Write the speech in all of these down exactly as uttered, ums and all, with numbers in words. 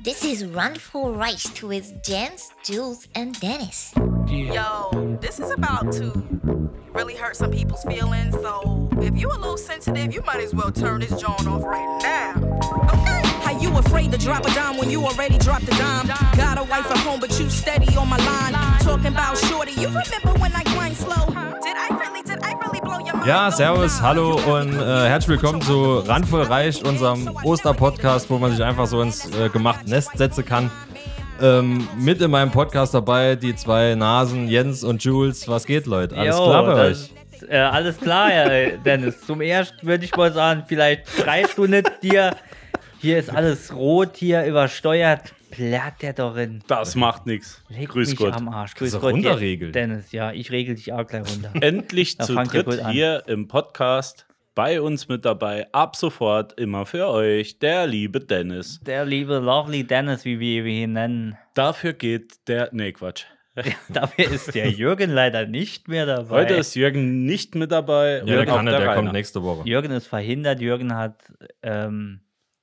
This is Run for Rice with Jens, Jules, and Dennis. Yo, this is about to really hurt some people's feelings. So if you a little sensitive, you might as well turn this joint off right now. Okay? How you afraid to drop a dime when you already dropped a dime? Got a wife at home, but you steady on my line. Talking about shorty, you remember when I grind slow? Did I really, did I really blow your mind? Ja, servus, hallo und äh, herzlich willkommen zu Randvoll Reich, unserem Osterpodcast, wo man sich einfach so ins äh, gemachte Nest setzen kann. Ähm, mit in meinem Podcast dabei die zwei Nasen, Jens und Jules. Was geht, Leute? Alles Jo, klar bei das, euch? Äh, alles klar, ja, Dennis. Zum ersten würde ich mal sagen, vielleicht drei Stunden dir. Hier ist alles rot, hier übersteuert. Plärt der doch in. Das macht nichts. Leg Grüß mich Gott. am Arsch. Kannst Grüß du Gott. runterregeln. Dennis, ja, ich regel dich auch gleich runter. Endlich Da zu fangt ihr dritt gut an. hier im Podcast. Bei uns mit dabei, ab sofort immer für euch, der liebe Dennis. Der liebe Lovely Dennis, wie wir ihn nennen. Dafür geht der, nee Quatsch. Dafür ist der Jürgen leider nicht mehr dabei. Heute ist Jürgen nicht mit dabei. Ja, der Jürgen kann auf er, der Reiner. kommt nächste Woche. Jürgen ist verhindert. Jürgen hat ähm,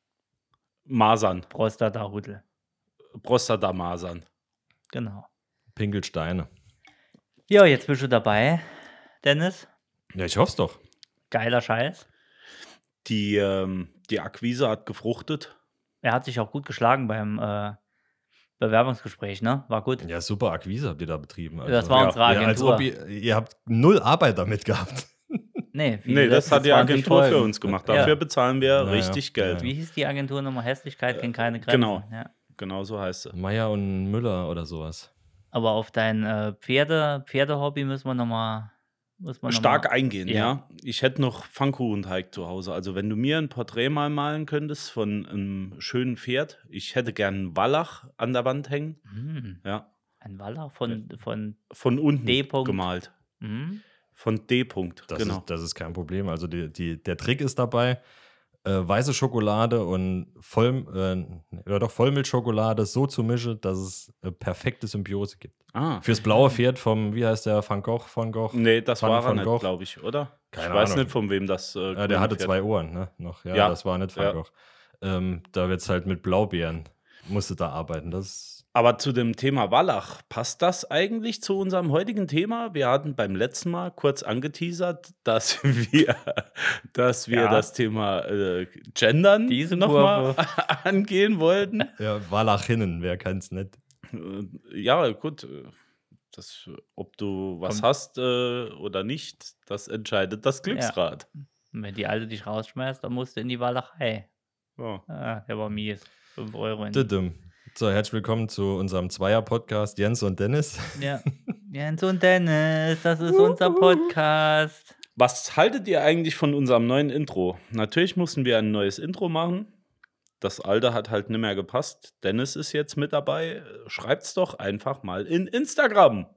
Masern, Prostata-Huddel. Prostata-Masern. Genau. Pinkelsteine. Ja, jetzt bist du dabei, Dennis. Ja, ich hoff's doch. Geiler Scheiß. Die, ähm, die Akquise hat gefruchtet. Er hat sich auch gut geschlagen beim äh, Bewerbungsgespräch, ne? War gut. Ja, super Akquise habt ihr da betrieben. Also, Das war ja. unsere ja, als Agentur. ob ihr, ihr habt null Arbeit damit gehabt. nee, wie Nee, die das letzten hat die zwanzig Agentur für Folgen. uns gemacht. Ja. Dafür bezahlen wir Naja, richtig Geld. ja. Wie hieß die Agentur nochmal? Hässlichkeit kennt keine Grenzen. genau. Ja. Genau so heißt es. Meier und Müller oder sowas. Aber auf dein äh, Pferde, Pferdehobby müssen wir nochmal. Stark eingehen, ja. Ja. Ich hätte noch Pfannkuchenteig zu Hause. Also wenn du mir ein Porträt mal malen könntest von einem schönen Pferd, ich hätte gern einen Wallach an der Wand hängen. Hm, Ja, ein Wallach von. von von unten D. -Punkt. gemalt. hm? Von D. -Punkt. Das, Genau. ist, das ist kein Problem. Also die, die, der Trick ist dabei, äh, weiße Schokolade und Voll, äh, ja doch Vollmilchschokolade so zu mischen, dass es eine perfekte Symbiose gibt. Ah. Fürs blaue Pferd vom, wie heißt der, Van Gogh, Van Gogh? Nee, das Van- war er Van nicht, Gogh. glaube ich, oder? Keine ich weiß Ahnung. nicht, von wem das. Äh, Ja, grüne der hatte Pferd- zwei Ohren, ne? Noch. Ja, Ja. das war nicht Van Ja. Gogh. Ähm, da wird es halt mit Blaubeeren, musste da arbeiten. Das Aber zu dem Thema Wallach, passt das eigentlich zu unserem heutigen Thema? Wir hatten beim letzten Mal kurz angeteasert, dass wir, dass wir Ja. das Thema äh, Gendern Diese nochmal angehen wollten. ja, Walachinnen, wer kennt's nicht? Äh, Ja, gut. äh, Das, äh, ob du was Kommt- hast äh, oder nicht, das entscheidet das Glücksrad. Und wenn die Alte dich rausschmeißt, dann musst du in die Walachei. Ja. Ah, der war mies. fünf Euro. In Düdüm. So, herzlich willkommen zu unserem Zweier-Podcast, Jens und Dennis. Ja. Jens und Dennis, das ist unser Podcast. Was haltet ihr eigentlich von unserem neuen Intro? Natürlich mussten wir ein neues Intro machen. Das alte hat halt nicht mehr gepasst. Dennis ist jetzt mit dabei. Schreibt's doch einfach mal in Instagram.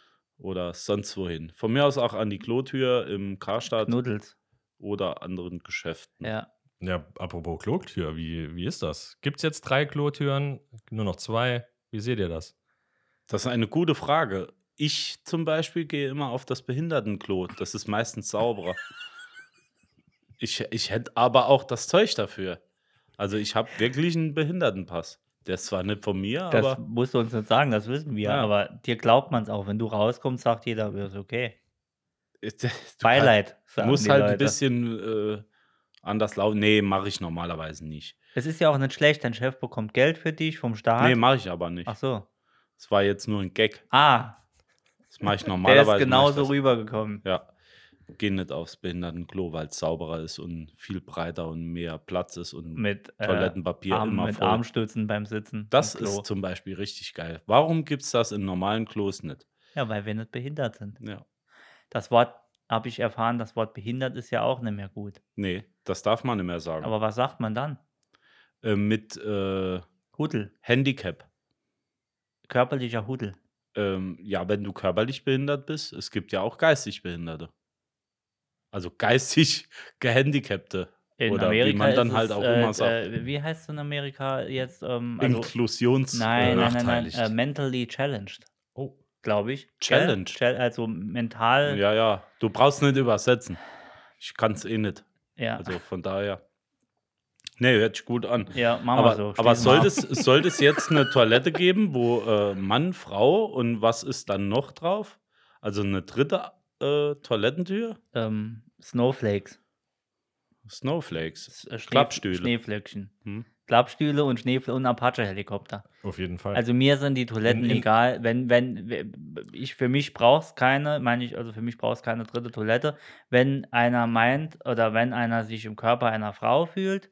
Oder sonst wohin. Von mir aus auch an die Klotür im Karstadt Knuddels. oder anderen Geschäften. Ja. Ja, apropos Klotür, wie, wie ist das? Gibt es jetzt drei Klotüren? Nur noch zwei? Wie seht ihr das? Das ist eine gute Frage. Ich zum Beispiel gehe immer auf das Behindertenklo. Das ist meistens sauberer. Ich, ich hätte aber auch das Zeug dafür. Also ich habe wirklich einen Behindertenpass. Der ist zwar nicht von mir, Das aber musst du uns nicht sagen, das wissen wir. Ja. Aber dir glaubt man es auch. Wenn du rauskommst, sagt jeder, ist okay. du kann- Beileid, Du sagen musst die halt Leute. ein bisschen äh, anders laufen. Nee, mache ich normalerweise nicht. Es ist ja auch nicht schlecht, dein Chef bekommt Geld für dich vom Staat. Nee, mache ich aber nicht. Ach so. Das war jetzt nur ein Gag. Ah, Das mache ich der normalerweise. ist genauso mach ich das. rübergekommen. Ja. Geh nicht aufs Behindertenklo, weil es sauberer ist und viel breiter und mehr Platz ist und Mit, äh, Toilettenpapier Arm, immer mit voll. Armstützen beim Sitzen. Das im Klo. ist zum Beispiel richtig geil. Warum gibt es das in normalen Klos nicht? Ja, weil wir nicht behindert sind. Ja. Das Wort, habe ich erfahren, das Wort behindert ist ja auch nicht mehr gut. Nee, das darf man nicht mehr sagen. Aber was sagt man dann? äh, mit äh, Hudel. Handicap. Körperlicher Hudel. Ähm, ja, wenn du körperlich behindert bist, es gibt ja auch geistig Behinderte. Also geistig Gehandicapte. In Oder Amerika wie man dann ist halt es, auch äh, immer sagt. Äh, wie heißt es in Amerika jetzt? Ähm, also, Inklusions. nein, äh, nein, nein, nein. benachteiligt. Äh, mentally challenged, Oh, glaube ich. Challenged? Gell? Chal- Also mental. Ja, ja. Du brauchst nicht übersetzen. Ich kann es eh nicht. ja. Also von daher. Nee, hört sich gut an. Ja, machen wir aber, so. Aber Schließen wir sollte ab. es, sollte es jetzt eine Toilette geben, wo äh, Mann, Frau und was ist dann noch drauf? Also eine dritte äh, Toilettentür? Ähm, Snowflakes. Snowflakes. S- äh, Schnee- Klappstühle. Schneeflöckchen. Hm. Klappstühle und Schneefl und Apache-Helikopter. Auf jeden Fall. Also mir sind die Toiletten In- in- egal. Wenn, wenn, ich für mich brauch's keine, meine ich, also für mich brauch's keine dritte Toilette. Wenn einer meint oder wenn einer sich im Körper einer Frau fühlt,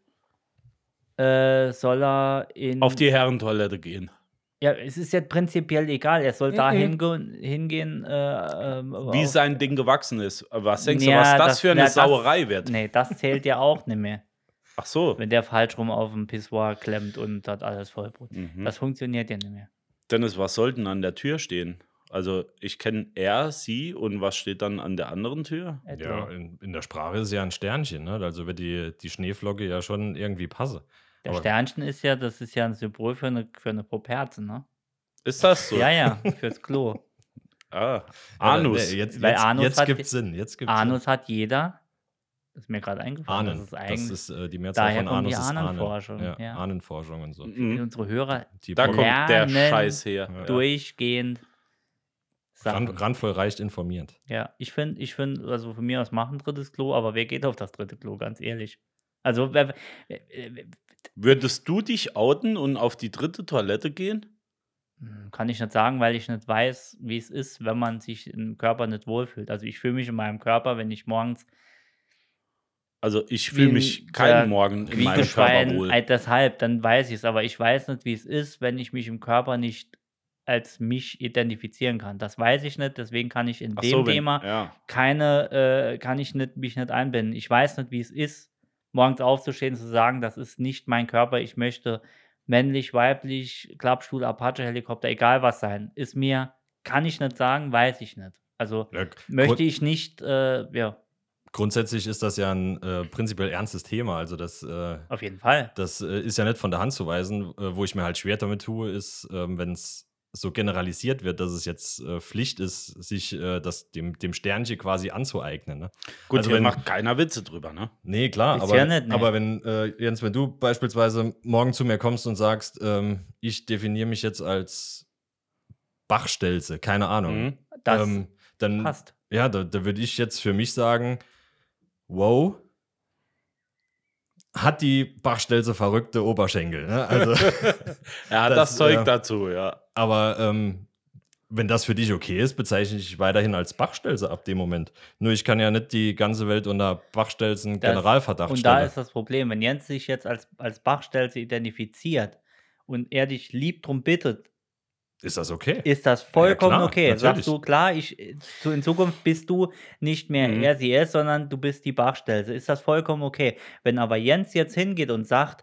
äh, soll er in. Auf die Herrentoilette gehen. Ja, es ist jetzt prinzipiell egal. Er soll Mhm. da hingehen, hingehen äh, ähm, Wie auf- sein Ding gewachsen ist. Was denkst du, Ja, was das, für eine na, das- Sauerei wird? Nee, das zählt ja auch nicht mehr. Ach so. Wenn der falsch rum auf dem Pissoir klemmt und das alles vollbrut. Mhm. Das funktioniert ja nicht mehr. Dennis, was soll denn an der Tür stehen? Also ich kenne er, sie und was steht dann an der anderen Tür? ja, Etwa. in, in der Sprache ist ja ein Sternchen, ne? Also wird die, die Schneeflocke ja schon irgendwie passen. Der Aber- Sternchen ist ja, das ist ja ein Symbol für eine, für eine Properze, ne? Ist das so? Ja, ja, fürs Klo. Ah, Ja, Anus. nee, jetzt Weil jetzt, Anus jetzt hat- gibt's Sinn. Jetzt gibt's Anus hat jeder. Das ist mir gerade Sinn. eingefallen. Ahnen. Das ist eigentlich Das ist äh, die Mehrzahl daher von kommt Anus die ist Ahnen. Ahnenforschung, Ja, ja. Ahnenforschung und so. Mhm. unsere Hörer Die Da Pro- kommt der lernen Scheiß her. Ja. durchgehend Sachen. Rand, randvoll reicht informiert. Ja, ich finde, ich finde, also von mir aus machen drittes Klo, aber wer geht auf das dritte Klo, ganz ehrlich? Also, wer, wer- wer- Würdest du dich outen und auf die dritte Toilette gehen? hm, kann ich nicht sagen, weil ich nicht weiß, wie es ist, wenn man sich im Körper nicht wohlfühlt. Also ich fühle mich in meinem Körper, wenn ich morgens Also ich Wie fühle ein, mich keinen äh, Morgen in wie meinem Körper Geschwein, wohl. äh, deshalb, dann weiß ich es, aber ich weiß nicht, wie es ist, wenn ich mich im Körper nicht als mich identifizieren kann. Das weiß ich nicht, deswegen kann ich in Ach dem so, wenn- Thema ja. keine, äh, kann ich nicht, mich nicht einbinden. Ich weiß nicht, wie es ist, morgens aufzustehen und zu sagen, das ist nicht mein Körper, ich möchte männlich, weiblich, Klappstuhl, Apache, Helikopter, egal was sein. Ist mir, kann ich nicht sagen, weiß ich nicht. Also Ja, möchte grund- ich nicht, äh, ja, Grundsätzlich ist das ja ein äh, prinzipiell ernstes Thema. Also das, äh, auf jeden Fall. das äh, ist ja nicht von der Hand zu weisen. Äh, wo ich mir halt schwer damit tue, ist, ähm, wenn es so generalisiert wird, dass es jetzt äh, Pflicht ist, sich äh, das, dem, dem Sternchen quasi anzueignen. Ne? Gut, Also hier wenn- macht keiner Witze drüber, ne? Nee, klar, Bisher aber, nicht, ne. aber wenn, äh, Jens, wenn du beispielsweise morgen zu mir kommst und sagst, ähm, ich definiere mich jetzt als Bachstelze, keine Ahnung, Mhm. Das ähm, dann, passt. ja, da, da würde ich jetzt für mich sagen, wow, hat die Bachstelze verrückte Oberschenkel. Ne? Also, Er hat Das, das, Zeug äh, dazu, ja. aber ähm, wenn das für dich okay ist, bezeichne ich dich weiterhin als Bachstelze ab dem Moment. Nur ich kann ja nicht die ganze Welt unter Bachstelzen Das- Generalverdacht Und da stellen. ist das Problem, wenn Jens sich jetzt als, als Bachstelze identifiziert und er dich lieb drum bittet, Ist das okay? ist das vollkommen klar, okay. natürlich. Sagst du, klar, ich, äh, zu- in Zukunft bist du nicht mehr Mhm. er, sie, es, sondern du bist die Bachstelze. Ist das vollkommen okay. Wenn aber Jens jetzt hingeht und sagt,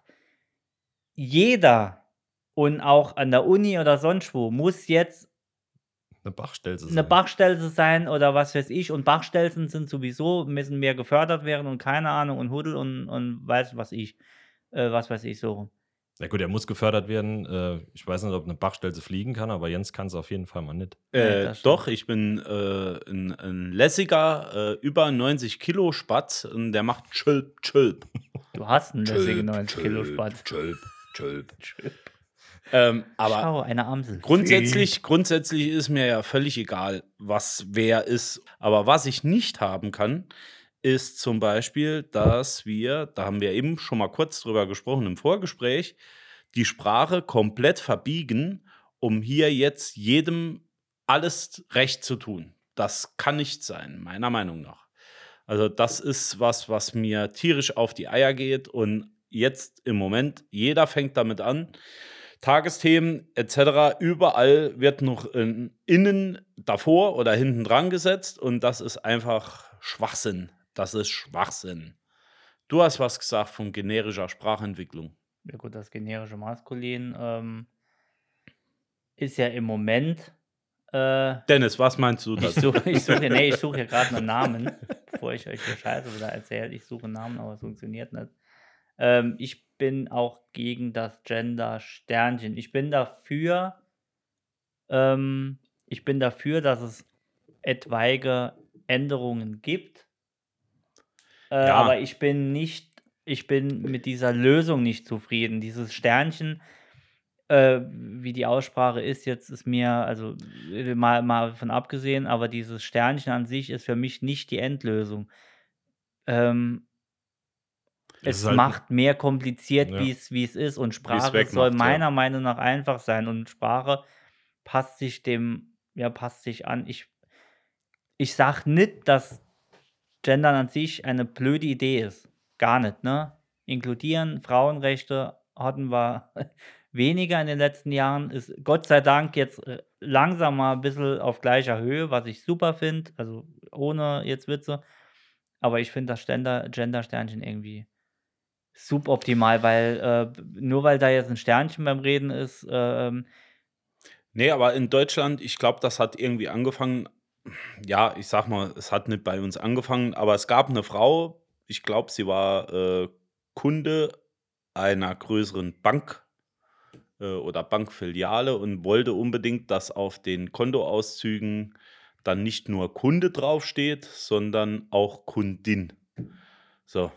jeder und auch an der Uni oder sonst wo muss jetzt Eine Bachstelze eine sein. Bachstelze sein oder was weiß ich. Und Bachstelzen sind sowieso, müssen mehr gefördert werden und keine Ahnung und Huddel und, und weiß was ich. Äh, was weiß ich so rum. Ja gut, er muss gefördert werden. Äh, ich weiß nicht, ob eine Bachstelze fliegen kann, aber Jens kann es auf jeden Fall mal nicht. Nee, Äh, das stimmt. doch, ich bin äh, ein, ein lässiger, äh, über neunzig Kilo Spatz und der macht Chölp, Chölp. Du hast einen lässigen Chölp, neunzig Kilo Spatz. Chölp, Chölp. Ähm, aber Schau, eine Amsel. grundsätzlich, grundsätzlich ist mir ja völlig egal, was wer ist. Aber was ich nicht haben kann, ist zum Beispiel, dass wir, da haben wir eben schon mal kurz drüber gesprochen im Vorgespräch, die Sprache komplett verbiegen, um hier jetzt jedem alles recht zu tun. Das kann nicht sein, meiner Meinung nach. Also das ist was, was mir tierisch auf die Eier geht und jetzt im Moment, jeder fängt damit an, Tagesthemen et cetera. Überall wird noch ein innen davor oder hinten dran gesetzt und das ist einfach Schwachsinn. Das ist Schwachsinn. Du hast was gesagt von generischer Sprachentwicklung. Ja gut, das generische Maskulin ähm, ist ja im Moment. Äh, Dennis, was meinst du ich dazu? suche, ich suche, nee, ich suche hier gerade einen Namen, bevor ich euch hier Scheiße wieder erzähle. Ich suche einen Namen, aber es funktioniert nicht. Ähm, ich bin auch gegen das Gender-Sternchen. Ich bin dafür, ähm, ich bin dafür, dass es etwaige Änderungen gibt. Äh, Ja. Aber ich bin nicht ich bin mit dieser Lösung nicht zufrieden. Dieses Sternchen, äh, wie die Aussprache ist, jetzt ist mir, also äh, mal, mal von abgesehen, aber dieses Sternchen an sich ist für mich nicht die Endlösung. Ähm, Es es ist halt- macht mehr kompliziert, Ja. wie es wie es ist. Und Sprache wegmacht, soll ja. meiner Meinung nach einfach sein. Und Sprache passt sich dem, ja, passt sich an. Ich, ich sag nicht, dass Gendern an sich eine blöde Idee ist. Gar nicht, ne? Inkludieren, Frauenrechte hatten wir weniger in den letzten Jahren. Ist Gott sei Dank jetzt äh, langsam mal ein bisschen auf gleicher Höhe, was ich super finde. Also ohne jetzt Witze. Aber ich finde das Gender- Gender-Sternchen irgendwie suboptimal, weil äh, nur weil da jetzt ein Sternchen beim Reden ist, ähm, Nee, aber in Deutschland, ich glaube, das hat irgendwie angefangen. Ja, ich sag mal, es hat nicht bei uns angefangen, aber es gab eine Frau, ich glaube, sie war äh, Kunde einer größeren Bank äh, oder Bankfiliale und wollte unbedingt, dass auf den Kontoauszügen dann nicht nur Kunde draufsteht, sondern auch Kundin. So.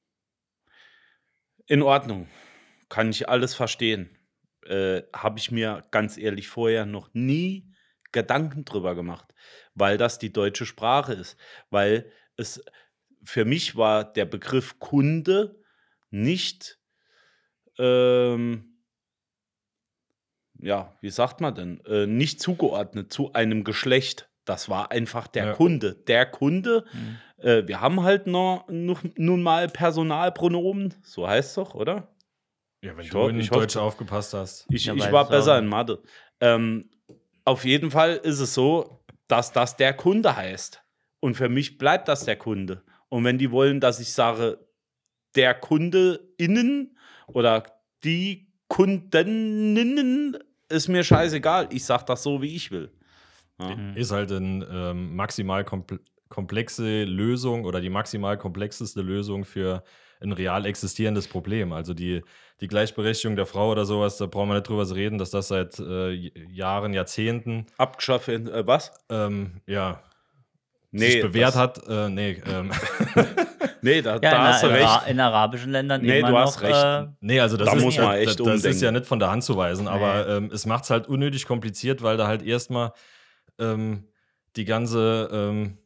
In Ordnung. Kann ich alles verstehen. Äh, habe ich mir ganz ehrlich vorher noch nie Gedanken drüber gemacht, weil das die deutsche Sprache ist. Weil es für mich war der Begriff Kunde nicht, ähm, ja, wie sagt man denn, äh, nicht zugeordnet zu einem Geschlecht. Das war einfach der Ja. Kunde. Der Kunde, Mhm. äh, wir haben halt noch, noch, nun mal Personalpronomen, so heißt es doch, oder? Ja, wenn Ich du ho- in ich hoffe- Deutsch aufgepasst hast. Ich, Ja, ich weil war es besser auch- in Mathe. Ähm, auf jeden Fall ist es so, dass das der Kunde heißt. Und für mich bleibt das der Kunde. Und wenn die wollen, dass ich sage, der Kunde innen oder die Kundinnen, ist mir scheißegal. Ich sag das so, wie ich will. Ja. Mhm. Ist halt eine ähm, maximal komple komplexe Lösung oder die maximal komplexeste Lösung für ein real existierendes Problem. Also die, die Gleichberechtigung der Frau oder sowas, da brauchen wir nicht drüber reden, dass das seit äh, Jahren, Jahrzehnten Abgeschafft, in- äh, was? ähm, ja, Nee, sich bewährt das, hat. Äh, nee, ähm, Nee, da, Ja, da in, hast du in, recht. Ara- in arabischen Ländern Nee, immer du noch. hast recht. Äh, nee, also das, Da ist, muss man das, echt das ist umdenken. ja nicht von der Hand zu weisen, aber ähm, es macht es halt unnötig kompliziert, weil da halt erstmal ähm, die ganze ähm,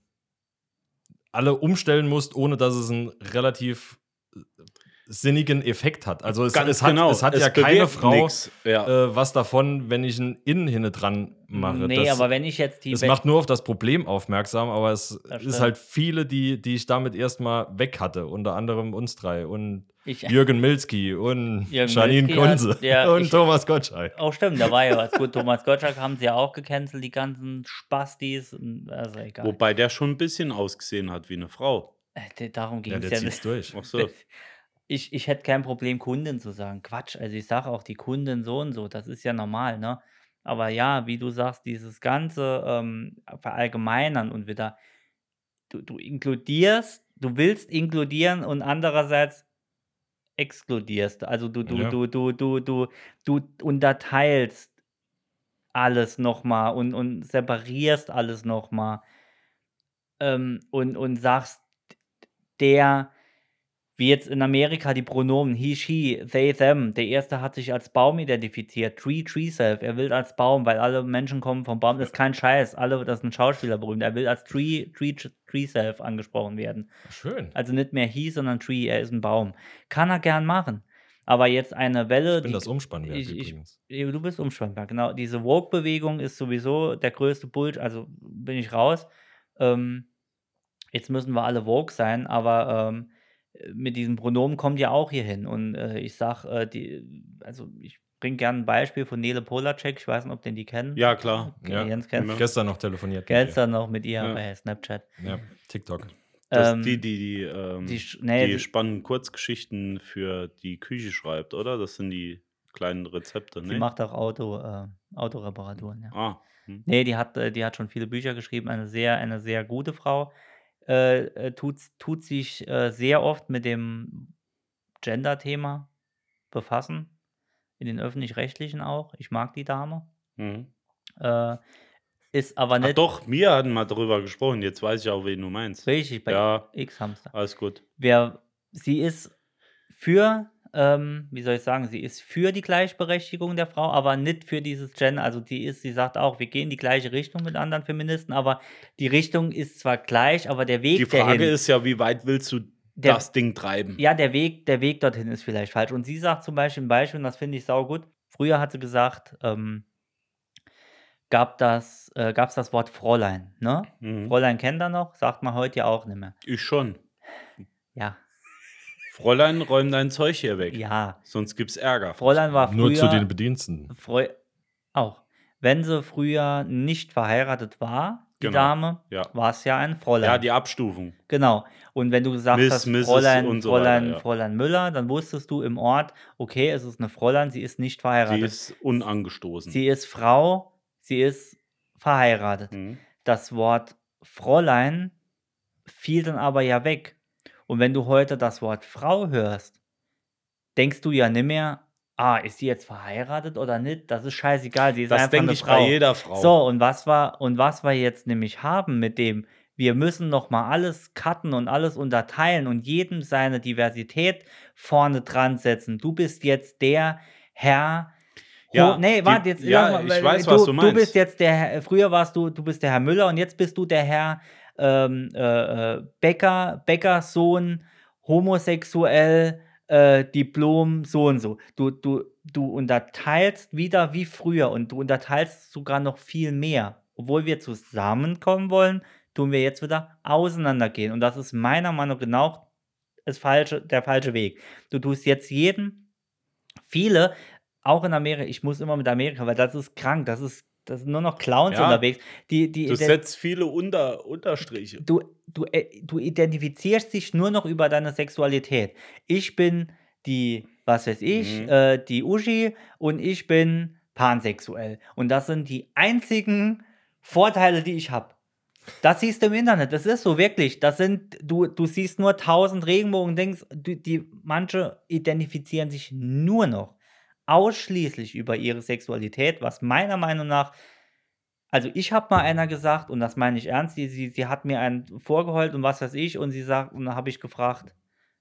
alle umstellen musst, ohne dass es einen relativ äh, sinnigen Effekt hat. Also es, Ganz es hat, genau. es hat Es ja keine bewirkt Frau nix. Ja. äh, was davon, wenn ich ein Innen hinne dran mache. nee, das, aber wenn ich jetzt die es wenn- macht nur auf das Problem aufmerksam, aber es Das ist stimmt. halt viele, die, die ich damit erstmal weg hatte. Unter anderem uns drei und ich, Jürgen Milski und Jürgen Janine Milski hat- Kunze ja, und ich- Thomas Gottschalk. Oh, stimmt, da war ja was. Gut, Thomas Gottschalk haben sie ja auch gecancelt, die ganzen Spastis. und- Also egal. Wobei der schon ein bisschen ausgesehen hat wie eine Frau. Äh, d- Darum ging Ja, es der ja zieht's nicht. durch. Ach so. Ich, ich hätte kein Problem, Kundin zu sagen. Quatsch, also ich sage auch die Kundin so und so, das ist ja normal, ne? Aber ja, wie du sagst, dieses ganze ähm, Verallgemeinern und wieder, du, du inkludierst, du willst inkludieren und andererseits exkludierst. Also du, du, Ja. du, du, du, du, du unterteilst alles nochmal und, und separierst alles nochmal ähm, und, und sagst, der, wie jetzt in Amerika die Pronomen he, she, they, them. Der erste hat sich als Baum identifiziert. Tree, tree self. Er will als Baum, weil alle Menschen kommen vom Baum. Das ist kein Scheiß. Alle, das ist ein Schauspieler berühmt. Er will als Tree, tree, tree self angesprochen werden. Schön. Also nicht mehr he, sondern tree. Er ist ein Baum. Kann er gern machen. Aber jetzt eine Welle. Ich bin die- das Umspannwerk ich- ich- übrigens. Ja, Du bist umspannbar, genau. Diese Woke-Bewegung ist sowieso der größte Bullshit, also bin ich raus. Ähm, jetzt müssen wir alle woke sein, aber ähm, mit diesem Pronomen kommt ja auch hier hin. Und äh, ich sag, äh, die, also ich bringe gerne ein Beispiel von Nele Polacek, ich weiß nicht, ob den die kennen. Ja, klar. Ja. Jens kennt Gestern noch telefoniert. mit Gestern noch mit ihr Ja. bei Snapchat. ihr. Ja, TikTok. Das Ähm, ist die, die, die, ähm, die die, sch- nee, die- spannenden Kurzgeschichten für die Küche schreibt, oder? Das sind die kleinen Rezepte, Sie ne? macht auch Auto, äh, Autoreparaturen, ja. Ah. Hm. Nee, die hat, äh, die hat schon viele Bücher geschrieben, eine sehr, eine sehr gute Frau. Äh, äh, tut, tut sich äh, sehr oft mit dem Gender-Thema befassen. In den Öffentlich-Rechtlichen auch. Ich mag die Dame. Mhm. Äh, ist aber Ach nicht doch, wir hatten mal drüber gesprochen. Jetzt weiß ich auch, wen du meinst. richtig bei Ja. X-Hamster. Alles gut. Wer, sie ist für, ähm, wie soll ich sagen, sie ist für die Gleichberechtigung der Frau, aber nicht für dieses Gender. Also die ist, sie sagt auch, wir gehen in die gleiche Richtung mit anderen Feministen, aber die Richtung ist zwar gleich, aber der Weg Die Frage dahin, ist ja, wie weit willst du Der- das Ding treiben? ja, der Weg, der Weg dorthin ist vielleicht falsch. Und sie sagt zum Beispiel ein Beispiel, und das finde ich saugut. Früher hat sie gesagt, ähm, gab das, äh, gab's das Wort Fräulein, ne? Mhm. Fräulein kennt er noch, sagt man heute ja auch nicht mehr. Ich schon. Ja, Fräulein, räum dein Zeug hier weg. ja. Sonst gibt's Ärger. Fräulein war früher Nur zu den Bediensteten. Freu auch. Wenn sie früher nicht verheiratet war, die Genau, Dame, ja. war es ja ein Fräulein. Ja, die Abstufung. Genau. Und wenn du gesagt Miss, hast, Misses Fräulein, und so Fräulein, weiter, ja. Fräulein Müller, dann wusstest du im Ort, okay, es ist eine Fräulein, sie ist nicht Die verheiratet. ist unangestoßen. Sie ist Frau, sie ist verheiratet. Mhm. Das Wort Fräulein fiel dann aber ja weg. Und wenn du heute das Wort Frau hörst, denkst du ja nicht mehr, ah, ist sie jetzt verheiratet oder nicht? Das ist scheißegal, sie ist Das einfach denke eine ich Frau. bei jeder Frau. So, und was wir, und was wir jetzt nämlich haben mit dem, wir müssen noch mal alles cutten und alles unterteilen und jedem seine Diversität vorne dran setzen. Du bist jetzt der Herr. Ja, Ho- nee, die- warte, jetzt ja, lass mal, ich weil weiß, du, was du Du meinst. bist jetzt der Herr, früher warst du, du bist der Herr Müller und jetzt bist du der Herr ähm, äh, äh, Bäcker, Bäckerssohn, homosexuell, äh, Diplom, so und so. Du, du, du unterteilst wieder wie früher und du unterteilst sogar noch viel mehr. Obwohl wir zusammenkommen wollen, tun wir jetzt wieder auseinandergehen. Und das ist meiner Meinung nach genau das falsche, der falsche Weg. Du tust jetzt jeden, viele, auch in Amerika, ich muss immer mit Amerika, weil das ist krank, das ist, das sind nur noch Clowns Ja. unterwegs. Die, die, Du der- setzt viele Unter Unterstriche. du, du, äh, du identifizierst dich nur noch über deine Sexualität. Ich bin die, was weiß ich, Mhm. äh, die Uschi und ich bin pansexuell. Und das sind die einzigen Vorteile, die ich habe. Das siehst du im Internet, das ist so wirklich. Das sind, du, du siehst nur tausend Regenbogen, denkst, die, die, manche identifizieren sich nur noch ausschließlich über ihre Sexualität, was meiner Meinung nach, also ich habe mal einer gesagt, und das meine ich ernst, sie, sie, sie hat mir einen vorgeheult und was weiß ich, und sie sagt, und dann habe ich gefragt,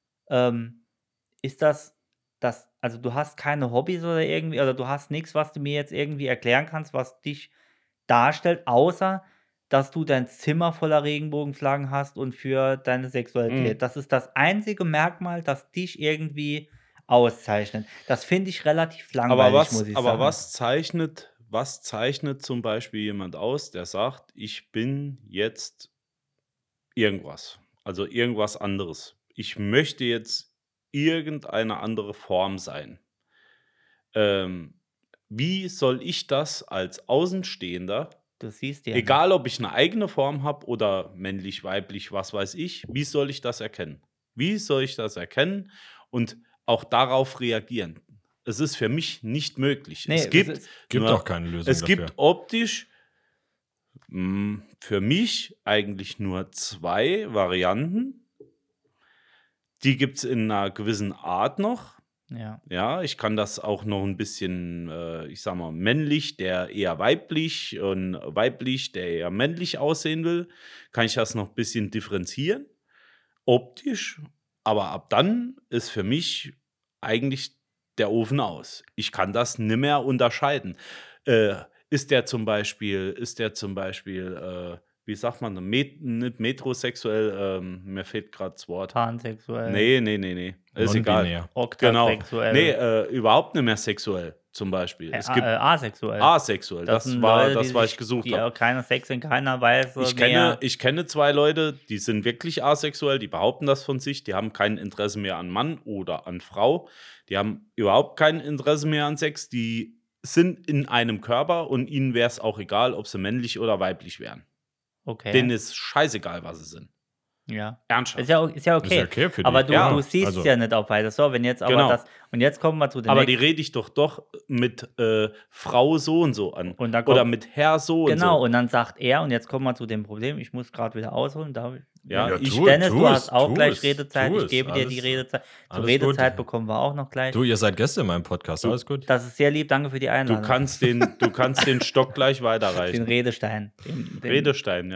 ähm, ist das, das, also du hast keine Hobbys oder irgendwie, oder du hast nichts, was du mir jetzt irgendwie erklären kannst, was dich darstellt, außer dass du dein Zimmer voller Regenbogenflaggen hast und für deine Sexualität. Mhm. Das ist das einzige Merkmal, das dich irgendwie auszeichnet. Das finde ich relativ langweilig, Aber was, muss ich aber sagen. was zeichnet, was zeichnet zum Beispiel jemand aus, der sagt, ich bin jetzt irgendwas, also irgendwas anderes. Ich möchte jetzt irgendeine andere Form sein. Ähm, wie soll ich das als Außenstehender, Du siehst ja. egal ob ich eine eigene Form habe oder männlich, weiblich, was weiß ich, wie soll ich das erkennen? Wie soll ich das erkennen und auch darauf reagieren? Es ist für mich nicht möglich. Nee, es es gibt, ist- Gibt nur, auch keine Lösung es dafür. gibt optisch mh, für mich eigentlich nur zwei Varianten. Die gibt es in einer gewissen Art noch. Ja. Ja, ich kann das auch noch ein bisschen, äh, ich sag mal, männlich, der eher weiblich und weiblich, der eher männlich aussehen will, kann ich das noch ein bisschen differenzieren, optisch. Aber ab dann ist für mich eigentlich der Ofen aus. Ich kann das nicht mehr unterscheiden. Äh, ist der zum Beispiel, ist der zum Beispiel, äh, wie sagt man, Met nicht metrosexuell, ähm, mir fehlt gerade das Wort. Pansexuell. Nee, nee, nee, nee. Ist egal. Non-binär. Genau. Oktasexuell. Nee, äh, überhaupt nicht mehr sexuell, zum Beispiel. äh, Es a- gibt äh, asexuell. asexuell. Das, sind war Leute, das, die was ich sich- gesucht die habe. auch keine Sex in keiner Weise Ich kenne, mehr. ich kenne zwei Leute, die sind wirklich asexuell, die behaupten das von sich, die haben kein Interesse mehr an Mann oder an Frau, die haben überhaupt kein Interesse mehr an Sex, die sind in einem Körper und ihnen wäre es auch egal, ob sie männlich oder weiblich wären. Okay. Denen ist scheißegal, was sie sind. ja. Ernsthaft. Ist ja, o- ist ja okay. Ist ja okay für die. aber du, Ja, du siehst also- ja nicht auf weiter. So, wenn jetzt aber Genau. das. Und jetzt kommen wir zu den Aber die nächsten. rede ich doch doch mit äh, Frau so und so an. Und da kommt- Oder mit Herr so und Genau, so. und dann sagt er, und jetzt kommen wir zu dem Problem, ich muss gerade wieder ausholen. Darf ich? Ja, Ja, ich, tu- Dennis, tu du es, hast auch tu gleich es, Redezeit. tu Ich es. gebe dir die Alles- Redezeit. Zur alles Redezeit gut. bekommen wir auch noch gleich. Du, ihr seid Gäste in meinem Podcast, alles gut. Das ist sehr lieb, danke für die du, Einladung. kannst den, du kannst den Stock gleich den weiterreichen. Redestein. Den, den, Redestein, ja.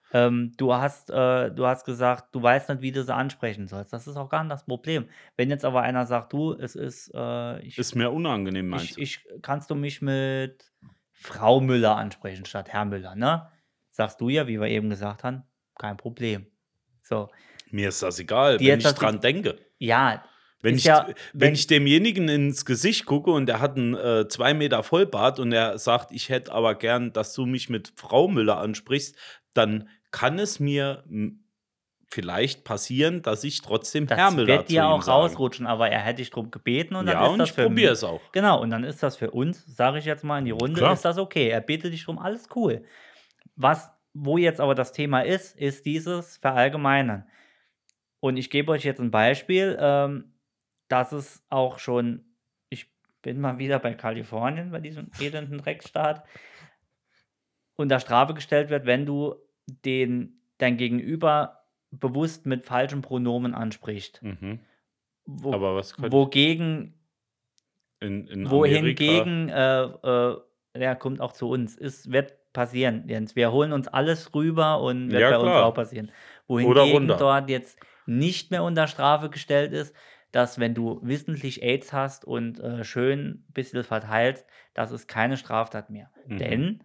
Ähm, du hast, äh, du hast gesagt, du weißt nicht, wie du sie ansprechen sollst. Das ist auch gar nicht das Problem. Wenn jetzt aber einer sagt, du, es ist, äh, ich, Ist mir unangenehm, meinst ich, du? ich, kannst du mich mit Frau Müller ansprechen statt Herr Müller, ne? Sagst du ja, wie wir eben gesagt haben, kein Problem. So, Mir ist das egal, Die wenn jetzt ich das dran nicht- denke. ja, Wenn ist ich, ja, wenn, wenn- ich demjenigen ins Gesicht gucke und der hat einen äh, zwei Meter Vollbart und er sagt, ich hätte aber gern, dass du mich mit Frau Müller ansprichst, dann kann es mir m, vielleicht passieren, dass ich trotzdem Herr das Müller wird zu dir ihm auch sage. rausrutschen, aber er hätte dich drum gebeten und dann Ja, ist und das ich für probiere mich- es auch. Genau, und dann ist das für uns, sage ich jetzt mal in die Runde, Klar. ist das okay. Er bittet dich drum, alles cool. Was, wo jetzt aber das Thema ist, ist dieses Verallgemeinern. Und ich gebe euch jetzt ein Beispiel, ähm, dass es auch schon, ich bin mal wieder bei Kalifornien, bei diesem elenden Drecksstaat, unter Strafe gestellt wird, wenn du den, dein Gegenüber bewusst mit falschen Pronomen ansprichst. Mhm. Wo, Aber was könnte wogegen, in, in wohingegen, äh, äh, ja, kommt auch zu uns, ist, wird passieren, Jens. Wir holen uns alles rüber und wird Ja, bei uns klar. auch passieren. Oder Wohingegen runter. dort jetzt nicht mehr unter Strafe gestellt ist, dass wenn du wissentlich AIDS hast und äh, schön ein bisschen verteilst, das ist keine Straftat mehr. Mhm. Denn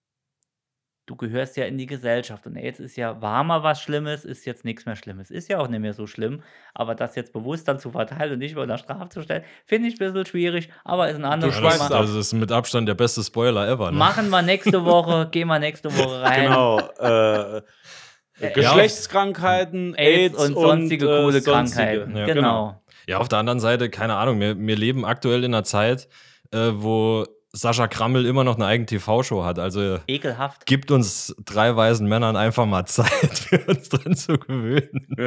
du gehörst ja in die Gesellschaft und AIDS ist ja, war mal was Schlimmes, ist jetzt nichts mehr Schlimmes. Ist ja auch nicht mehr so schlimm, aber das jetzt bewusst dann zu verteilen und nicht mehr unter Strafe zu stellen, finde ich ein bisschen schwierig, aber ist ein anderes Du Ja, das, schweifst Thema. ab. das ist mit Abstand der beste Spoiler ever. Ne? Machen wir nächste Woche, gehen wir nächste Woche rein. Genau. Äh, Geschlechtskrankheiten, AIDS AIDS und sonstige äh, coole sonstige. Krankheiten. Ja, genau. Ja, auf der anderen Seite, keine Ahnung, wir, wir leben aktuell in einer Zeit, äh, wo Sascha Krammel immer noch eine eigene T V-Show hat. Also Ekelhaft. gibt uns drei weisen Männern einfach mal Zeit, für uns dran zu gewöhnen.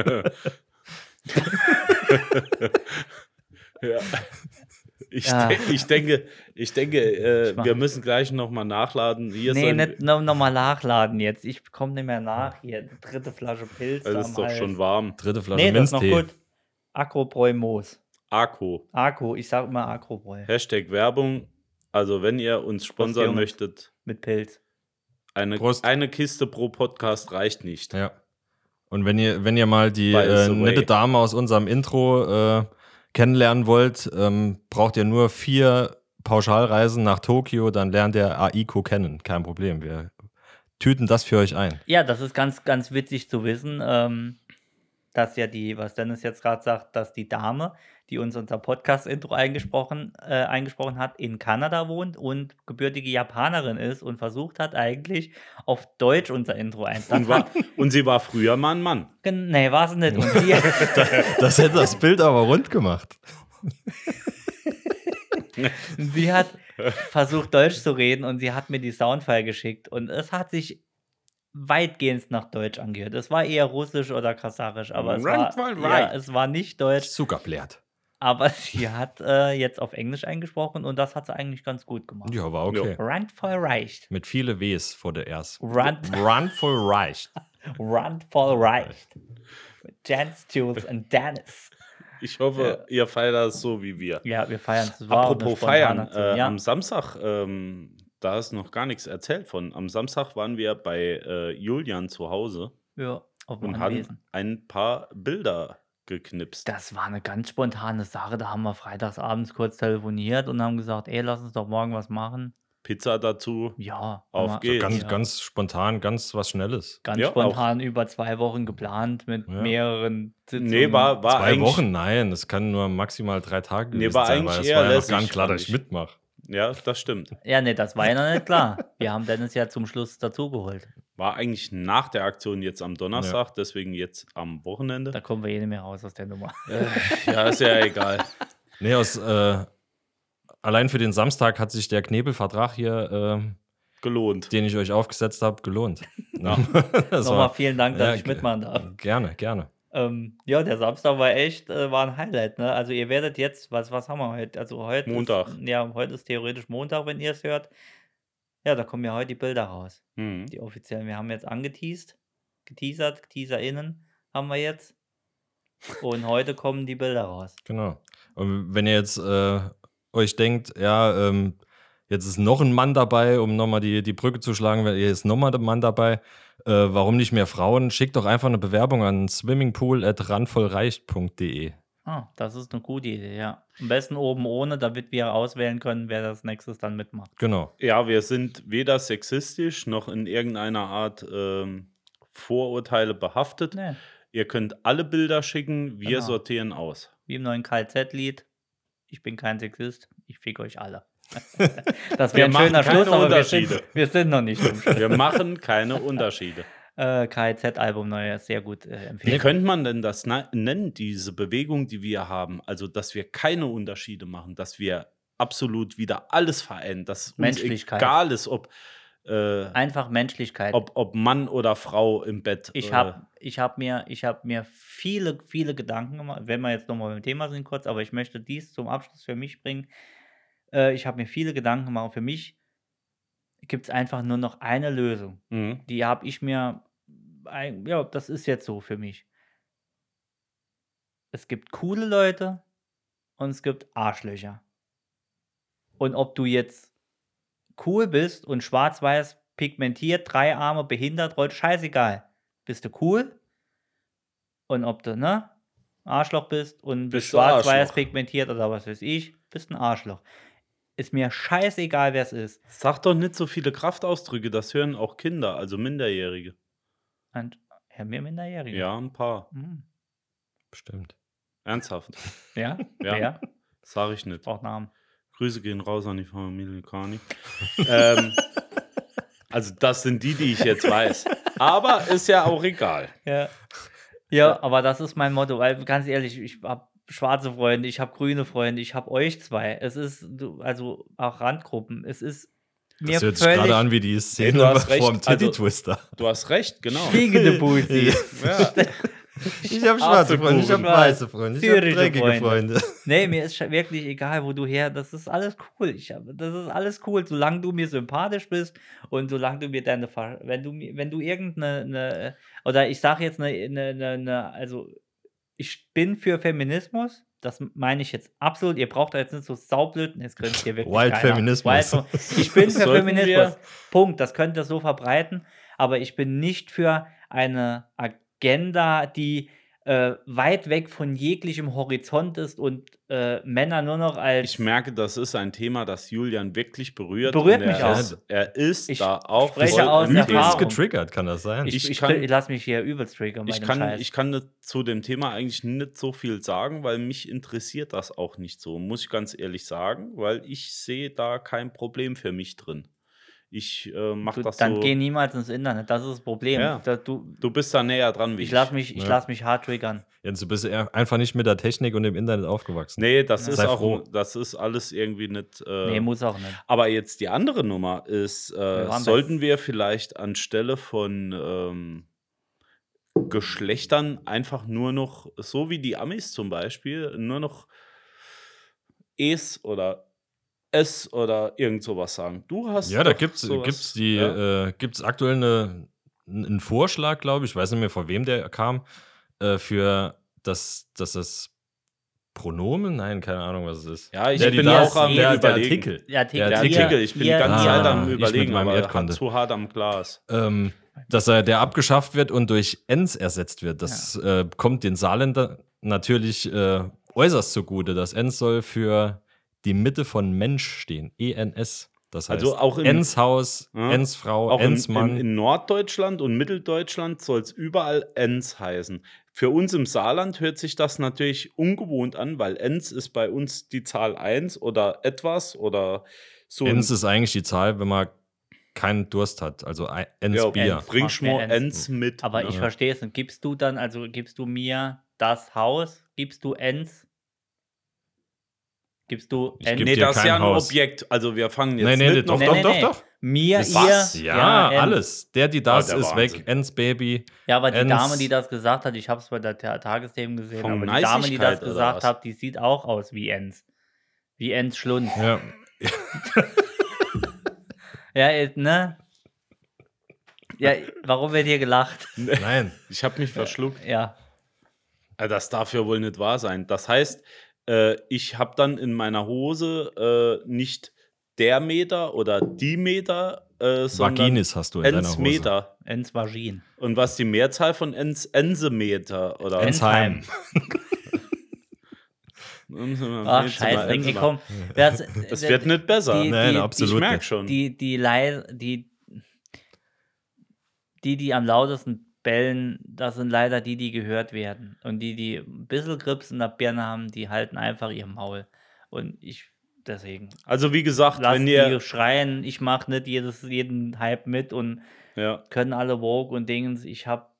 Ja. Ich, Ja. de ich denke, ich denke äh, Ich mach- wir müssen gleich nochmal nachladen. Hier Nee, sollen- nicht noch, noch mal nachladen jetzt. Ich komme nicht mehr nach hier. Die dritte Flasche Pilz. Es da ist am doch Hals. schon warm. Dritte Flasche Nee, das ist noch Minztee. gut. Akrobräu Moos. Akku. Akku, ich sag immer Akrobräu. Hashtag Werbung. Also, wenn ihr uns sponsern Jungs. möchtet, Mit Pilz. eine, Prost. eine Kiste pro Podcast reicht nicht. Ja. Und wenn ihr, wenn ihr mal die By the äh, way. nette Dame aus unserem Intro äh, kennenlernen wollt, ähm, braucht ihr nur vier Pauschalreisen nach Tokio, dann lernt ihr Aiko kennen. Kein Problem. Wir tüten das für euch ein. Ja, das ist ganz, ganz witzig zu wissen, ähm, dass ja die, was Dennis jetzt gerade sagt, dass die Dame, die uns unser Podcast-Intro eingesprochen, äh, eingesprochen hat, in Kanada wohnt und gebürtige Japanerin ist und versucht hat, eigentlich auf Deutsch unser Intro Und, einzubauen. war, und sie war früher mal ein Mann. Nee, war sie nicht. Und sie, Das hätte das Bild aber rund gemacht. sie hat versucht, Deutsch zu reden und sie hat mir die Soundfile geschickt und es hat sich weitgehend nach Deutsch angehört. Es war eher Russisch oder Kasacharisch, aber es war, Right, right, ja, right. es war nicht Deutsch. Zuckerblärt. Aber sie hat äh, jetzt auf Englisch eingesprochen und das hat sie eigentlich ganz gut gemacht. Ja, war okay. Rand voll reicht. Mit viele Ws vor der Rs. Rand, Run voll reicht. Rand voll reicht. Mit Jens, Jules und Dennis. Ich hoffe, ihr feiert das so wie wir. Ja, wir feiern es. War auch eine Apropos spontane feiern, Aktion. äh, ja. am Samstag, ähm, da ist noch gar nichts erzählt von. Am Samstag waren wir bei äh, Julian zu Hause ja, auf dem und haben Anwesen. ein paar Bilder geknipst. Das war eine ganz spontane Sache. Da haben wir freitags abends kurz telefoniert und haben gesagt, ey, lass uns doch morgen was machen. Pizza dazu. Ja, Auf haben wir- geht's. Ganz, ja. ganz spontan, ganz was Schnelles. Ganz Ja, spontan über zwei Wochen geplant mit Ja. mehreren Sitzungen. Nee, war, war Zwei eigentlich, Wochen? Nein, es kann nur maximal drei Tage Nee, gewesen war sein, eigentlich weil es eher war ja noch lässig, gar nicht klar, fand dass ich ich. mitmache. Ja, das stimmt. Ja, nee, das war ja noch nicht klar. Wir haben Dennis ja zum Schluss dazugeholt. War eigentlich nach der Aktion jetzt am Donnerstag, deswegen jetzt am Wochenende. Da kommen wir eh nicht mehr raus aus der Nummer. Ja, ist ja egal. Nee, aus, äh, allein für den Samstag hat sich der Knebelvertrag hier, äh, Gelohnt. den ich euch aufgesetzt habe, gelohnt. Ja. Das Nochmal war, vielen Dank, dass ja, ich mitmachen darf. Gerne, gerne. Ähm, ja, der Samstag war echt, äh, war ein Highlight, ne? Also ihr werdet jetzt, was, was haben wir heute? Also heute Montag. Ist, ja, heute ist theoretisch Montag, wenn ihr es hört. Ja, da kommen ja heute die Bilder raus. Mhm. Die offiziellen. Wir haben jetzt angeteased, geteasert, TeaserInnen haben wir jetzt. Und heute kommen die Bilder raus. Genau. Und wenn ihr jetzt äh, euch denkt, ja, ähm, jetzt ist noch ein Mann dabei, um nochmal die, die Brücke zu schlagen, weil hier ist nochmal ein Mann dabei. Äh, warum nicht mehr Frauen? Schickt doch einfach eine Bewerbung an swimmingpool at randvollreicht punkt de. Ah, das ist eine gute Idee, ja. Am besten oben ohne, damit wir auswählen können, wer das nächstes dann mitmacht. Genau. Ja, wir sind weder sexistisch noch in irgendeiner Art ähm, Vorurteile behaftet. Nee, Ihr könnt alle Bilder schicken, wir Genau. sortieren aus. wie im neuen K Z-Lied. Ich bin kein Sexist, ich fick euch alle. Das Wir wäre ein machen schöner keine Schluss, aber wir sind, Unterschiede. wir sind noch nicht im Schluss. Wir machen keine Unterschiede. Äh, K Z-Album neu, sehr gut äh, Wie empfehlen. könnte man denn das na- nennen, diese Bewegung, die wir haben? Also, dass wir keine Unterschiede machen, dass wir absolut wieder alles vereinen, dass uns Menschlichkeit. egal ist, ob, äh, Einfach Menschlichkeit. ob, ob Mann oder Frau im Bett. Ich äh, habe ich hab mir, ich hab mir viele, viele Gedanken gemacht, wenn wir jetzt nochmal beim Thema sind kurz, aber ich möchte dies zum Abschluss für mich bringen. Äh, ich habe mir viele Gedanken gemacht und für mich gibt es einfach nur noch eine Lösung. mhm. Die habe ich mir, ein- ja, das ist jetzt so für mich. Es gibt coole Leute und es gibt Arschlöcher. Und ob du jetzt cool bist und schwarz-weiß pigmentiert, drei Arme, behindert, rollt, scheißegal. Bist du cool? Und ob du, ne, Arschloch bist und Bist du schwarz-weiß Arschloch. pigmentiert oder was weiß ich, bist ein Arschloch. Ist mir scheißegal, wer es ist. Sag doch nicht so viele Kraftausdrücke, das hören auch Kinder, also Minderjährige. Und ja, mir Minderjährige. Ja, ein paar. Hm. Bestimmt. Ernsthaft. Ja? Ja. Wer? Sag ich nicht. Braucht Namen. Grüße gehen raus an die Familie Kani. ähm, also, das sind die, die ich jetzt weiß. Aber ist ja auch egal. Ja. Ja, aber das ist mein Motto, weil ganz ehrlich, ich habe schwarze Freunde, ich habe grüne Freunde, ich habe euch zwei. Es ist, du- also auch Randgruppen, es ist mir Das hört sich völlig gerade an wie die Szene du hast vom recht. Titty Also- Twister. Du hast recht, genau. stinkende Pussy. Ja. Ich habe schwarze Freunde, ich hab weiße Freunde, ich hab dreckige Freunde. Nee, mir ist sche- wirklich egal, wo du her, das ist alles cool. Ich hab, das ist alles cool, solange du mir sympathisch bist und solange du mir deine, Ver- wenn du mir, wenn du irgendeine, eine, oder ich sage jetzt eine, eine, eine, eine, also ich bin für Feminismus, das meine ich jetzt absolut, ihr braucht da jetzt nicht so saublöd, jetzt könnt ihr wirklich Wild keiner- Feminismus. Wild Fem- ich bin für Sollten Feminismus, wir- Punkt, das könnt ihr so verbreiten, aber ich bin nicht für eine Agenda, die äh, weit weg von jeglichem Horizont ist und äh, Männer nur noch als Ich merke, das ist ein Thema, das Julian wirklich berührt. Berührt und mich er auch. Ist, er ist Ich da auch spreche voll aus im Erfahrung. Thema. Übelst getriggert, kann das sein? ich, ich ich, kann- ich lasse mich hier übelst triggern bei Ich dem kann, Scheiß. ich kann nicht zu dem Thema eigentlich nicht so viel sagen, weil mich interessiert das auch nicht so, muss ich ganz ehrlich sagen, weil ich sehe da kein Problem für mich drin. Ich äh, mache du, das dann so. geh niemals ins Internet, das ist das Problem. Ja. Da, du, Du bist da näher dran wie ich ich. lasse mich, ich Ja. lass mich hart triggern. Jens, du bist eher einfach nicht mit der Technik und dem Internet aufgewachsen. Nee, das Ja. ist Sei auch, froh. das ist alles irgendwie nicht. Äh, Nee, muss auch nicht. Aber jetzt die andere Nummer ist, äh, waren sollten wir vielleicht anstelle von ähm, Geschlechtern einfach nur noch, so wie die Amis zum Beispiel, nur noch es oder es oder irgend sowas sagen. Du hast Ja, da doch gibt's, sowas- gibt's die, ja. äh, gibt's aktuell eine, einen Vorschlag, glaube ich, ich weiß nicht mehr, von wem der kam, äh, für das, das das Pronomen? Nein, keine Ahnung, was es ist. Ja, ich Der, die bin da- auch am der, der Überlegen. Artikel. Der Artikel, Der Der Artikel. Artikel, ich bin ihr- die ganze Ah, Zeit am ich mit Überlegen, meinem aber er Erdkunde. hat zu hart am Glas. Ähm, dass er der abgeschafft wird und durch Ens ersetzt wird. Das äh, kommt den Saarländern natürlich äh, äußerst zugute. Das Ens soll für die Mitte von Mensch stehen. E N S. Das heißt, Also auch in- Enshaus, Ja. Ensfrau, Auch in, Ensmann. in, in Norddeutschland und Mitteldeutschland soll es überall Ens heißen. Für uns im Saarland hört sich das natürlich ungewohnt an, weil Ens ist bei uns die Zahl eins oder etwas oder so. ein- Ens ist eigentlich die Zahl, wenn man keinen Durst hat. Also ein- Ens ja, Bier. Ens. bringst Mach mir mal Ens. Ens mit. Aber ne? ich verstehe es nicht. Gibst du dann, also gibst du mir das Haus, gibst du Ens, gibst du Ich Ens, geb Nee, dir das ist kein ja ein Haus. Objekt. Also wir fangen jetzt Nee, nee, nicht doch, noch doch, nee, doch, nee. doch. mir, Was? ihr, Ja, Ens. alles. Der, die das, Oh, der ist Wahnsinn. weg. Ens Baby. Ja, aber die Ens. Dame, die das gesagt hat, ich habe es bei der Ta- Tagesthemen gesehen, Von aber die Dame, die das Neisigkeit oder gesagt was? hat, die sieht auch aus wie Ens. Wie Ens Schlund. Ja. Ja, äh, ne? Ja, warum wird hier gelacht? Nein. Ich habe mich verschluckt. Ja. Ja, das darf ja wohl nicht wahr sein. Das heißt, äh, ich habe dann in meiner Hose äh, nicht der Meter oder die Meter, äh, sondern Vaginis hast du in deiner Hose. Ensmeter. Ens Vagin. Und was die Mehrzahl von Ens Ensemeter oder Ensheim. Ach, scheiße, ey, komm. Das, Das wird nicht besser. Die, Nein, die, absolut ich merke nicht. schon. Die, die, Lei- die, die, die am lautesten bellen, das sind leider die, die gehört werden. Und die, die ein bisschen Grips in der Birne haben, die halten einfach ihr Maul. Und ich, deswegen, Also wie gesagt, lass wenn die ihr schreien, ich mache nicht jedes, jeden Hype mit und ja. können alle Woke und Dingens. Ich habe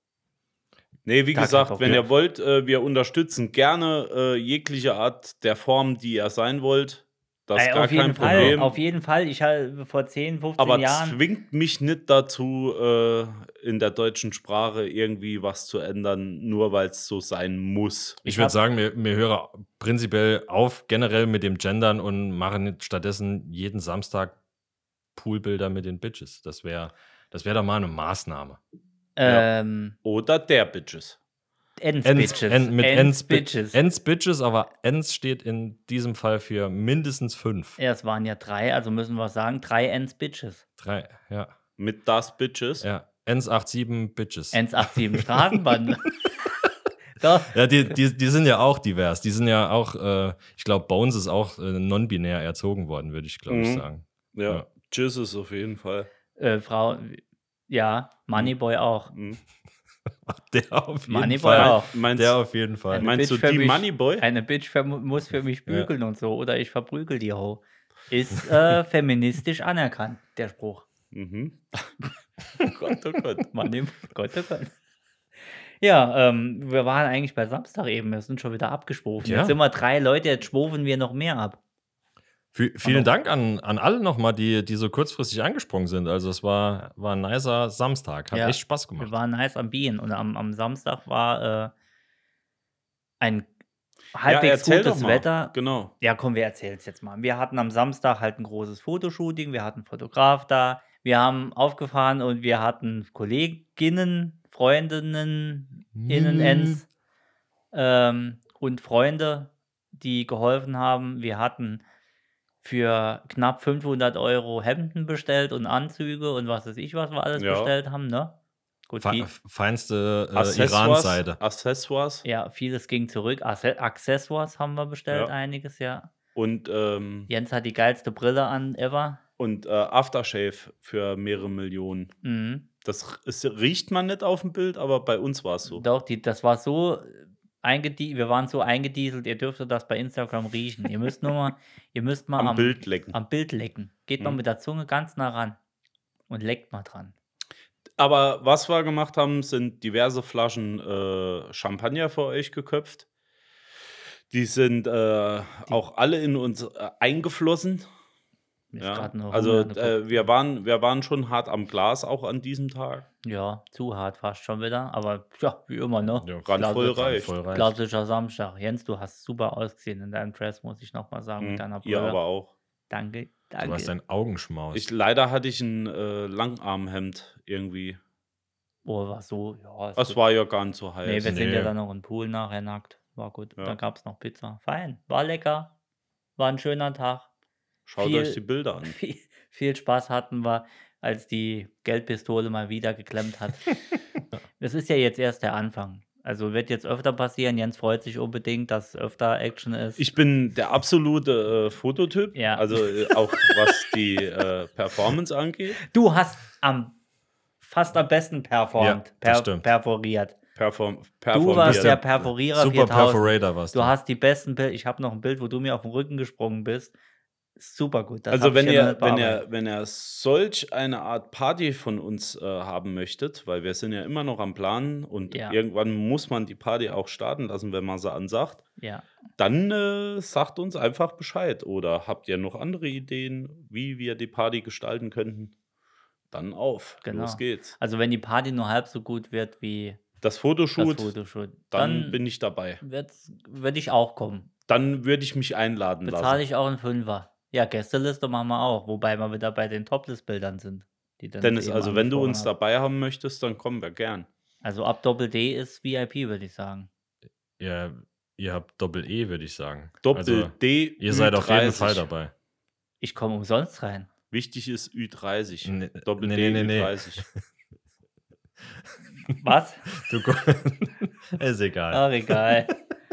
Nee, wie Gar keinen gesagt, Bock wenn mehr. ihr wollt, äh, wir unterstützen gerne äh, jegliche Art der Form, die ihr sein wollt. Das ist Ey, gar auf jeden kein Fall, Problem. auf jeden Fall. Ich habe vor zehn, fünfzehn Aber Jahren. zwingt mich nicht dazu, äh, in der deutschen Sprache irgendwie was zu ändern, nur weil es so sein muss. Ich Ich würde hab- sagen, wir, wir hören prinzipiell auf generell mit dem Gendern und machen stattdessen jeden Samstag Poolbilder mit den Bitches. Das wäre das wär doch mal eine Maßnahme. Ähm, Oder der Bitches. Ends Ens, Bitches. en, mit Ends Ens, Bitches. Bitches. Ens Bitches, aber Ens steht in diesem Fall für mindestens fünf. Ja, es waren ja drei, also müssen wir sagen, drei Ends Bitches. Drei, ja. Mit das Bitches. ja. Ens siebenundachtzig Bitches. Ends siebenundachtzig Straßenbahn. Doch. Ja, die, die, die sind ja auch divers. Die sind ja auch, äh, ich glaube, Bones ist auch äh, non-binär erzogen worden, würde ich, glaube ich, Mhm. sagen. Ja. Ja. Jesus auf jeden Fall. Äh, Frau, ja, Moneyboy auch. Mhm. Der auf jeden Moneyboy Fall. auch. Meinst, Der auf jeden Fall. Eine meinst du Bitch für die mich- Moneyboy? Eine Bitch für, muss für mich bügeln und so, oder ich verprügel die Ho. Ist äh, feministisch anerkannt, der Spruch. Mhm. Oh Gott, oh Gott. Money, Gott, oh Gott. Ja, ähm, wir waren eigentlich bei Samstag eben, wir sind schon wieder abgeschwofen. Ja. Jetzt sind wir drei Leute, jetzt schwofen wir noch mehr ab. V vielen Dank an, an alle nochmal, die, die so kurzfristig angesprungen sind. Also es war, war ein nicer Samstag. Hat Ja, echt Spaß Wir gemacht. waren nice am Bienen und am, am Samstag war äh, ein Ja, halbwegs erzähl doch gutes mal. Wetter. Genau. Ja, komm, wir erzählen es jetzt mal. Wir hatten am Samstag halt ein großes Fotoshooting, wir hatten einen Fotograf da, wir haben aufgefahren und wir hatten Kolleginnen, Freundinnen, Innenends ähm, und Freunde, die geholfen haben. Wir hatten für knapp fünfhundert Euro Hemden bestellt und Anzüge und was weiß ich, was wir alles Ja. bestellt haben, ne? Gut, Fe viel, feinste äh, Accessoires. Iran-Seite. Accessoires. ja, vieles ging zurück. Asse- Accessoires haben wir bestellt, Ja. einiges, ja. Und, ähm, Jens hat die geilste Brille an ever. und äh, Aftershave für mehrere Millionen. Mhm. Das ist, riecht man nicht auf dem Bild, aber bei uns war es so. Doch, die, das war so eingedieselt, wir waren so eingedieselt, ihr dürftet das bei Instagram riechen. Ihr müsst nur mal, ihr müsst mal Am am, Bild lecken. am Bild lecken. Geht mal Mhm. mit der Zunge ganz nah ran und leckt mal dran. Aber was wir gemacht haben, sind diverse Flaschen äh, Champagner für euch geköpft. Die sind äh, auch alle in uns äh, eingeflossen. Mir ist Ja. grad nur Also Hunger in den äh, Kopf. wir, waren, wir waren schon hart am Glas auch an diesem Tag. Ja, zu hart fast schon wieder, aber ja, wie immer, ne? Ja, Randvoll Klassischer- reicht. Voll reicht. Klassischer Samstag. Jens, du hast super ausgesehen in deinem Dress, muss ich nochmal sagen, Mhm. mit deiner Ihr Brille. aber auch. Danke, Du danke. hast dein Augenschmaus. Ich, leider hatte ich ein äh, Langarmhemd irgendwie. Oh, war so, ja. ist Es gut. war ja gar nicht so heiß. Nee, wir sind Nee. ja dann noch im Pool nachher nackt. War gut. Ja. Dann gab es noch Pizza. Fein. War lecker. War ein schöner Tag. Schaut viel- euch die Bilder an. Viel, viel Spaß hatten wir, als die Geldpistole mal wieder geklemmt hat. Das ist ja jetzt erst der Anfang. Also wird jetzt öfter passieren. Jens freut sich unbedingt, dass öfter Action ist. Ich bin der absolute äh, Fototyp. Ja. Also äh, auch was die äh, Performance angeht. Du hast am fast am besten performt, Ja, das per, stimmt. perforiert. Perform Du performiert. warst der Perforierer Super viertausend. Perforator warst Du hast die besten Bilder. Ich habe noch ein Bild, wo du mir auf den Rücken gesprungen bist. Super gut. Das Also hab ich wenn ja noch ihr, nicht wenn, bearbeitet. ihr, wenn ihr solch eine Art Party von uns äh, haben möchtet, weil wir sind ja immer noch am Planen und Ja. irgendwann muss man die Party auch starten lassen, wenn man sie ansagt, Ja. dann äh, sagt uns einfach Bescheid. Oder habt ihr noch andere Ideen, wie wir die Party gestalten könnten? Dann auf. Genau. Los geht's. Also wenn die Party nur halb so gut wird wie Das das Fotoshoot, Fotoshoot, dann, dann bin ich dabei. würde ich auch kommen. Dann würde ich mich einladen Bezahle lassen. ich auch einen Fünfer. Ja, Gästeliste machen wir auch, wobei wir wieder bei den Topless-Bildern sind. Die Dennis Dennis, eben also wenn du angesprochen uns hat. dabei haben möchtest, dann kommen wir gern. Also ab Doppel-D ist V I P, würde ich sagen. Ja, ihr habt Doppel-E, würde ich sagen. Doppel Also, D. ihr seid auf jeden Ü dreißig. Fall dabei. Ich komme umsonst rein. Wichtig ist Ü dreißig. Nee, Doppel nee, D nee, nee, Ü nee. dreißig. Was? Du ko- ist egal. Ach, egal.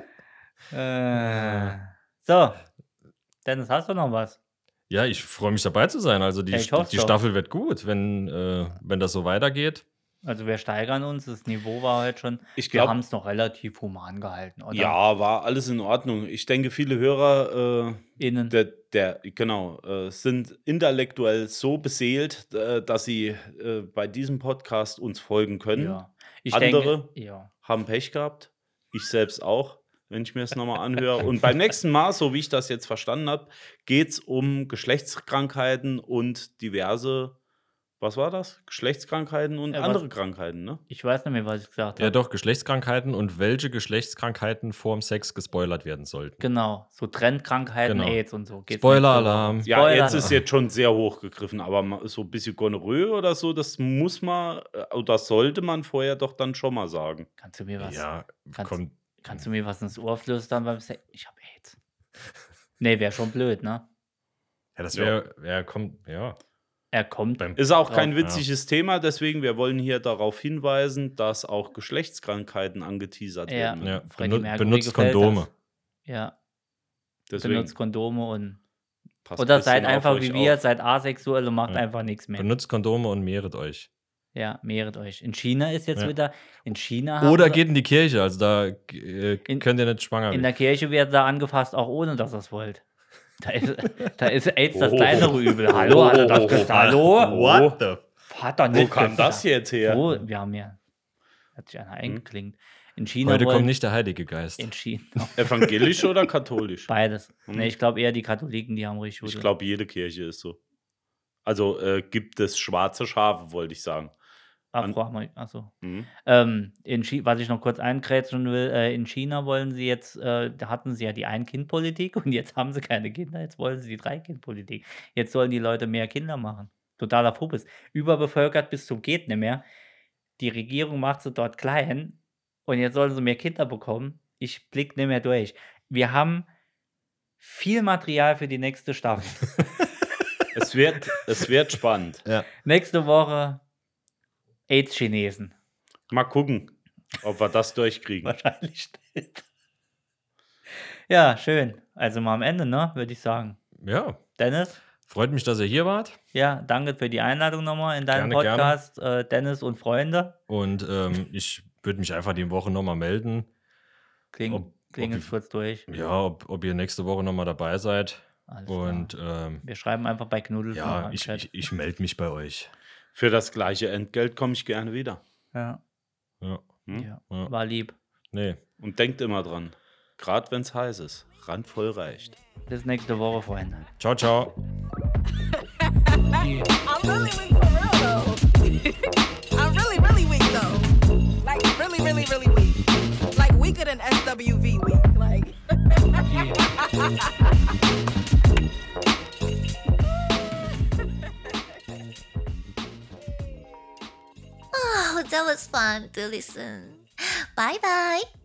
äh, so. Dennis, hast du noch was? Ja, ich freue mich dabei zu sein. Also die, Ja, ich hoff's die doch. Staffel wird gut, wenn, äh, wenn das so weitergeht. Also wir steigern uns. Das Niveau war heute schon. Ich wir glaub- haben es noch relativ human gehalten, oder? Ja, war alles in Ordnung. Ich denke, viele Hörer äh, Innen. der, der, genau, äh, sind intellektuell so beseelt, äh, dass sie äh, bei diesem Podcast uns folgen können. ja. Ich Andere? denke, ja. Haben Pech gehabt. Ich selbst auch, wenn ich mir das nochmal anhöre. Und beim nächsten Mal, so wie ich das jetzt verstanden habe, geht es um Geschlechtskrankheiten und diverse, was war das? Geschlechtskrankheiten und Ja, was- andere Krankheiten, ne? Ich weiß nicht mehr, was ich gesagt Ja, habe. doch, Geschlechtskrankheiten und welche Geschlechtskrankheiten vorm Sex gespoilert werden sollten. Genau. So Trendkrankheiten, Genau. AIDS und so. Geht's Spoiler-Alarm. nächste Ja, Woche. jetzt Spoiler. ist jetzt schon sehr hochgegriffen, aber ma- so ein bisschen Gonorrhoe oder so, das muss man, äh, oder sollte man vorher doch dann schon mal sagen. Kannst du mir was, Ja, Kannst- kommt. kannst du mir was ins Ohr flüstern beim Sex? Ich habe AIDS. Nee, wäre schon blöd, ne? Ja, das Ja. wäre, ja, kommt, ja. Er kommt. Beim, Ist auch kein Drauf, witziges Thema, deswegen wir wollen hier darauf hinweisen, dass auch Geschlechtskrankheiten angeteasert Ja. werden. ja, Freddie benu Mercury benutzt gefällt Kondome. das. Ja, Deswegen benutzt Kondome und. passt Oder ein bisschen seid auf einfach euch wie wir, auf. seid asexuell und macht Ja. einfach nichts mehr. Benutzt Kondome und mehret euch. Ja, mehret euch. In China ist jetzt Ja. wieder. In China haben Oder sie- geht in die Kirche, also da äh, In- könnt ihr nicht schwanger In werden. der Kirche wird da angefasst, auch ohne dass ihr es wollt. Da ist, da ist AIDS das Oh. kleinere Übel. Hallo, hat er das gesagt? Hallo? What the? Hat er Wo nicht kam das gesagt. jetzt her? Wo? Wir haben ja. Hat sich einer eingeklingt. In China Heute wollen, kommt nicht der Heilige Geist. In China. Evangelisch oder katholisch? Beides. Hm. Nee, ich glaube eher die Katholiken, die haben richtig Ich gute- glaube, jede Kirche ist so. Also äh, gibt es schwarze Schafe, wollte ich sagen. Afroamer- Achso. Mhm. Ähm, in Chi- was ich noch kurz einkrätschen will, äh, in China wollen sie jetzt, äh, da hatten sie ja die Ein-Kind-Politik und jetzt haben sie keine Kinder, jetzt wollen sie die Drei-Kind-Politik. Jetzt sollen die Leute mehr Kinder machen. Totaler Puppes. Überbevölkert bis zum geht nicht mehr. Die Regierung macht sie dort klein und jetzt sollen sie mehr Kinder bekommen. Ich blick nicht mehr durch. Wir haben viel Material für die nächste Staffel. Es wird, es wird spannend. Ja. Nächste Woche AIDS-Chinesen. Mal gucken, ob wir das durchkriegen. Wahrscheinlich nicht. Ja, schön. Also mal am Ende, ne, würde ich sagen. ja, Dennis, freut mich, dass ihr hier wart. ja, danke für die Einladung nochmal in deinem Gerne, gerne. Podcast. Äh, Dennis und Freunde. Und ähm, ich würde mich einfach die Woche nochmal melden. Kling, Ob- kling ob jetzt ich- kurz durch. Ja, ob, ob ihr nächste Woche nochmal dabei seid. Alles Und klar. ähm, Wir schreiben einfach bei Knuddels noch ja, im ich, Chat. ich, ich melde mich bei euch. Für das gleiche Entgelt komme ich gerne wieder. Ja, Ja. Hm? ja, Ja. war lieb. Nee. Und denkt immer dran, gerade wenn es heiß ist, randvoll reicht. Bis nächste Woche, Freunde. Ciao, ciao. I'm really weak for real though. I'm really, really weak though. Like really, really, really weak. Like weaker than S W V weak. Like. Oh, that was fun to listen. Bye bye.